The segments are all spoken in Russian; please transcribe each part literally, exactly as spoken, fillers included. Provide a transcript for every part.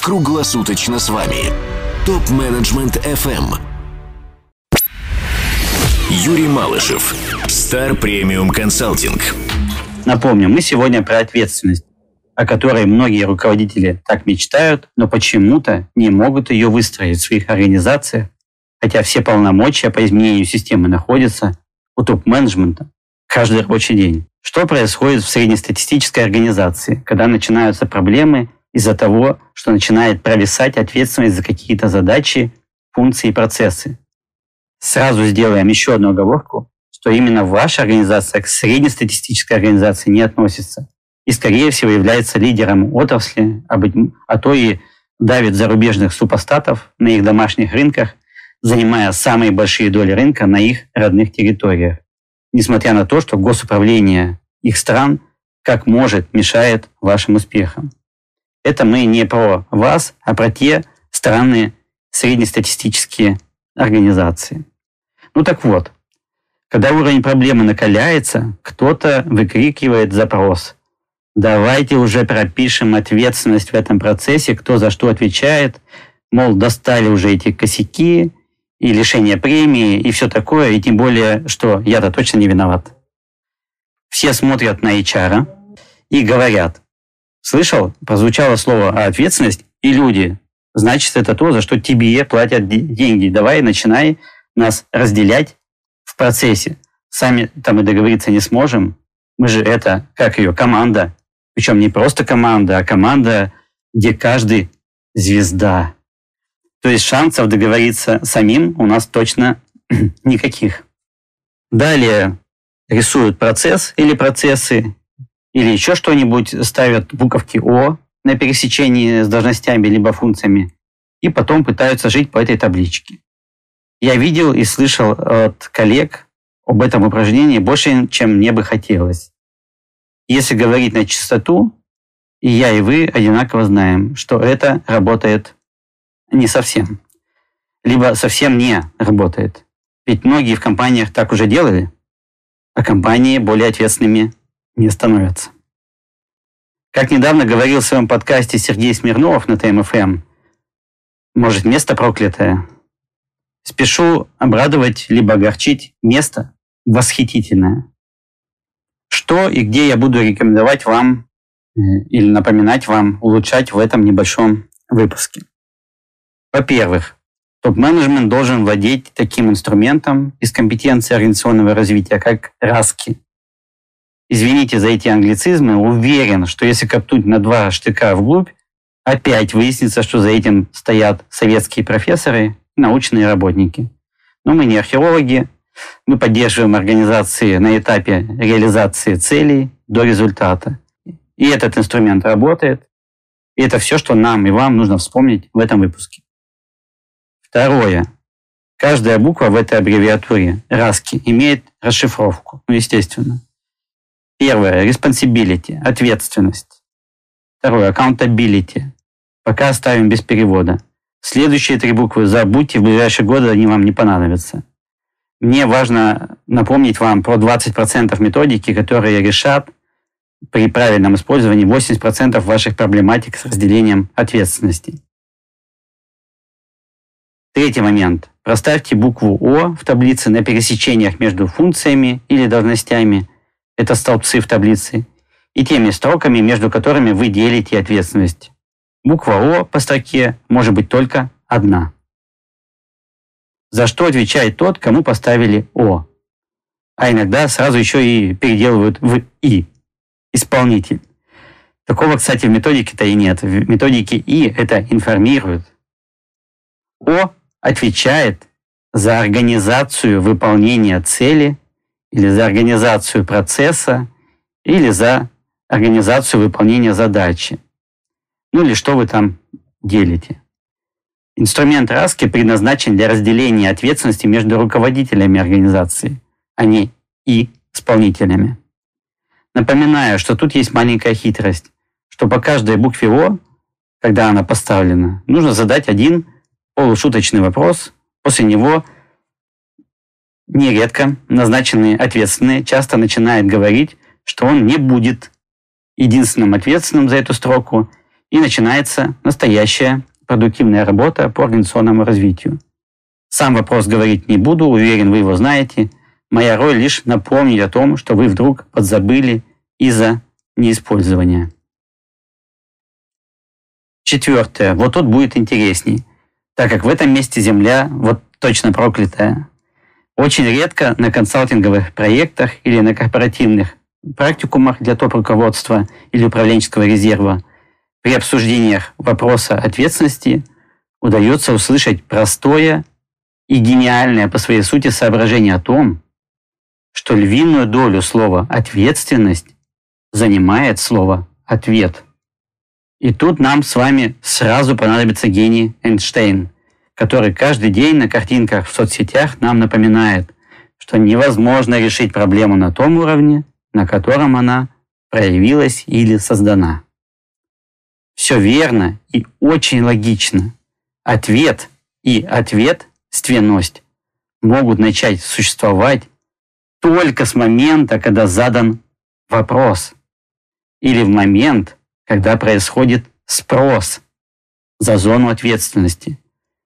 Круглосуточно с вами. Топ-менеджмент эф эм. Юрий Малышев. Star Premium Consulting. Напомню, мы сегодня про ответственность, о которой многие руководители так мечтают, но почему-то не могут ее выстроить в своих организациях, хотя все полномочия по изменению системы находятся у топ-менеджмента каждый рабочий день. Что происходит в среднестатистической организации, когда начинаются проблемы из-за того, что начинает провисать ответственность за какие-то задачи, функции и процессы? Сразу сделаем еще одну оговорку, что именно ваша организация к среднестатистической организации не относится и, скорее всего, является лидером отрасли, а, быть, а то и давит зарубежных супостатов на их домашних рынках, занимая самые большие доли рынка на их родных территориях, несмотря на то, что госуправление их стран как может мешает вашим успехам. Это мы не про вас, а про те странные среднестатистические организации. Ну так вот, когда уровень проблемы накаляется, кто-то выкрикивает запрос. Давайте уже пропишем ответственность в этом процессе, кто за что отвечает, мол, достали уже эти косяки и лишение премии и все такое, и тем более, что я-то точно не виноват. Все смотрят на эйч ар и говорят: слышал, прозвучало слово «ответственность», и люди, значит, это то, за что тебе платят деньги. Давай, начинай нас разделять в процессе. Сами там и договориться не сможем. Мы же это, как ее, команда. Причем не просто команда, а команда, где каждый звезда. То есть шансов договориться самим у нас точно никаких. Далее рисуют процесс или процессы, или еще что-нибудь, ставят буковки «О» на пересечении с должностями либо функциями, и потом пытаются жить по этой табличке. Я видел и слышал от коллег об этом упражнении больше, чем мне бы хотелось. Если говорить на чистоту, и я, и вы одинаково знаем, что это работает не совсем. Либо совсем не работает. Ведь многие в компаниях так уже делали, а компании более ответственными не становятся. Как недавно говорил в своем подкасте Сергей Смирнов на тэ эм эф эм, может, место проклятое? Спешу обрадовать либо огорчить: место восхитительное. Что и где я буду рекомендовать вам или напоминать вам улучшать в этом небольшом выпуске? Во-первых, топ-менеджмент должен владеть таким инструментом из компетенции организационного развития, как раски. Извините за эти англицизмы, уверен, что если копнуть на два штыка вглубь, опять выяснится, что за этим стоят советские профессоры и научные работники. Но мы не археологи, мы поддерживаем организации на этапе реализации целей до результата. И этот инструмент работает. И это все, что нам и вам нужно вспомнить в этом выпуске. Второе. Каждая буква в этой аббревиатуре раски имеет расшифровку. Ну, естественно. Первое. Responsibility. Ответственность. Второе. Accountability. Пока оставим без перевода. Следующие три буквы забудьте, в ближайшие годы они вам не понадобятся. Мне важно напомнить вам про двадцать процентов методики, которые решат при правильном использовании восемьдесят процентов ваших проблематик с разделением ответственности. Третий момент. Проставьте букву О в таблице на пересечениях между функциями или должностями. Это столбцы в таблице. И теми строками, между которыми вы делите ответственность. Буква О по строке может быть только одна. За что отвечает тот, кому поставили О. А иногда сразу еще и переделывают в И. Исполнитель. Такого, кстати, в методике-то и нет. В методике И это информирует. О отвечает за организацию выполнения цели или за организацию процесса или за организацию выполнения задачи. Ну или что вы там делите. Инструмент раски предназначен для разделения ответственности между руководителями организации, а не и исполнителями. Напоминаю, что тут есть маленькая хитрость, что по каждой букве О, когда она поставлена, нужно задать один полушуточный вопрос. После него нередко назначенный ответственный часто начинает говорить, что он не будет единственным ответственным за эту строку, И начинается настоящая продуктивная работа по организационному развитию. Сам вопрос говорить не буду, уверен, вы его знаете. Моя роль лишь напомнить о том, что вы вдруг подзабыли из-за неиспользования. Четвертое. Вот тут будет интересней, так как в этом месте земля вот точно проклятая. Очень редко на консалтинговых проектах или на корпоративных практикумах для топ-руководства или управленческого резерва при обсуждениях вопроса ответственности удается услышать простое и гениальное по своей сути соображение о том, что львиную долю слова «ответственность» занимает слово «ответ». И тут нам с вами сразу понадобится гений Эйнштейн, который каждый день на картинках в соцсетях нам напоминает, что невозможно решить проблему на том уровне, на котором она проявилась или создана. Все верно и очень логично. Ответ и ответственность могут начать существовать только с момента, когда задан вопрос, или в момент, когда происходит спрос за зону ответственности.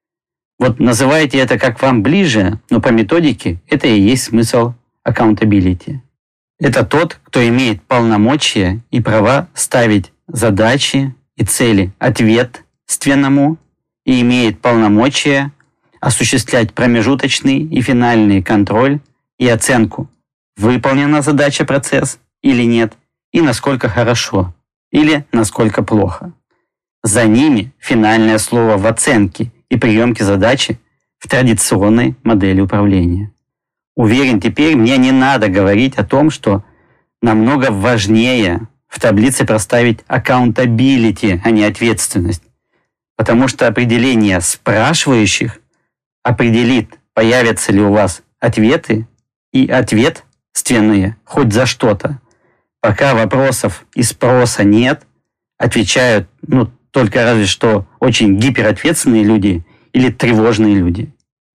Вот называйте это как вам ближе, но по методике это и есть смысл accountability. Это тот, кто имеет полномочия и права ставить задачи и цели ответственному и имеет полномочия осуществлять промежуточный и финальный контроль и оценку, выполнена задача, процесс или нет, и насколько хорошо, или насколько плохо. За ними финальное слово в оценке и приемке задачи в традиционной модели управления. Уверен, теперь мне не надо говорить о том, что намного важнее в таблице проставить accountability, а не ответственность, потому что определение спрашивающих определит, появятся ли у вас ответы и ответственные хоть за что-то. Пока вопросов и спроса нет, отвечают ну, только разве что очень гиперответственные люди или тревожные люди.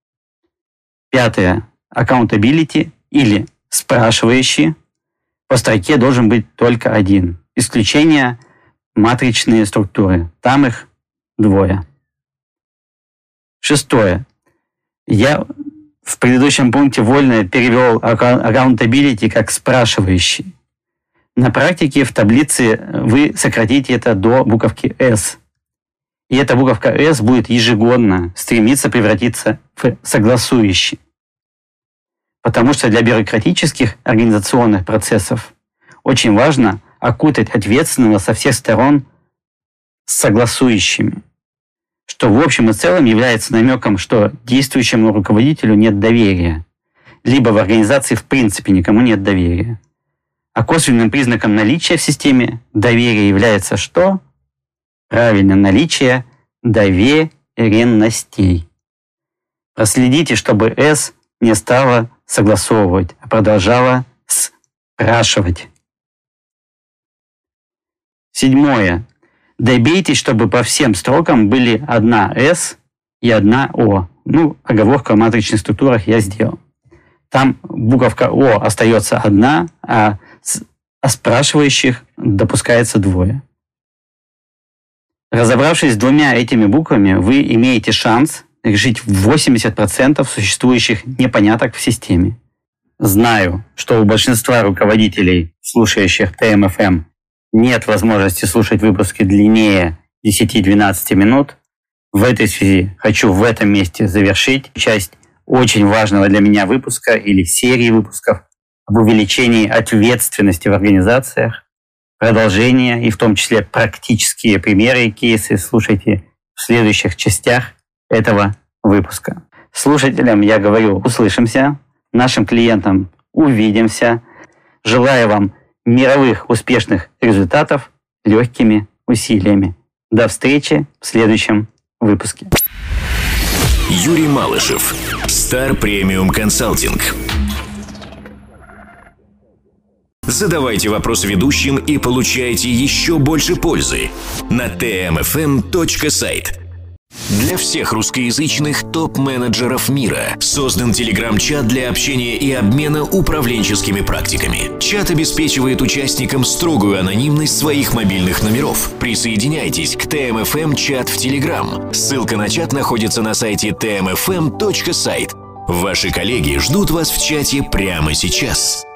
Пятое. Accountability или спрашивающий. По строке должен быть только один. Исключение – матричные структуры. Там их двое. Шестое. Я в предыдущем пункте вольно перевел accountability как спрашивающий. На практике в таблице вы сократите это до буковки S. И эта буковка S будет ежегодно стремиться превратиться в согласующий. Потому что для бюрократических организационных процессов очень важно окутать ответственного со всех сторон согласующими, что в общем и целом является намеком, что действующему руководителю нет доверия, либо в организации в принципе никому нет доверия. А косвенным признаком наличия в системе доверия является что? Правильно, наличие доверенностей. Проследите, чтобы S не стало согласовывать, а продолжала спрашивать. Седьмое. Добейтесь, чтобы по всем строкам были одна S и одна O. Ну, оговорку о матричных структурах я сделал. Там буковка O остается одна, а а спрашивающих допускается двое. Разобравшись с двумя этими буквами, вы имеете шанс решить восемьдесят процентов существующих непоняток в системе. Знаю, что у большинства руководителей, слушающих тэ эм эф эм, нет возможности слушать выпуски длиннее десяти-двенадцати минут. В этой связи хочу в этом месте завершить часть очень важного для меня выпуска или серии выпусков об увеличении ответственности в организациях, продолжение и в том числе практические примеры и кейсы слушайте в следующих частях этого выпуска. Слушателям я говорю, услышимся, нашим клиентам увидимся. Желаю вам мировых успешных результатов легкими усилиями. До встречи в следующем выпуске. Юрий Малышев, Star Premium Consulting. Задавайте вопросы ведущим и получайте еще больше пользы на тэ эм эф эм точка сайт. Для всех русскоязычных топ-менеджеров мира создан телеграм-чат для общения и обмена управленческими практиками. Чат обеспечивает участникам строгую анонимность своих мобильных номеров. Присоединяйтесь к тэ эм эф эм чат в Telegram. Ссылка на чат находится на сайте ти эм эф эм точка сайт. Ваши коллеги ждут вас в чате прямо сейчас.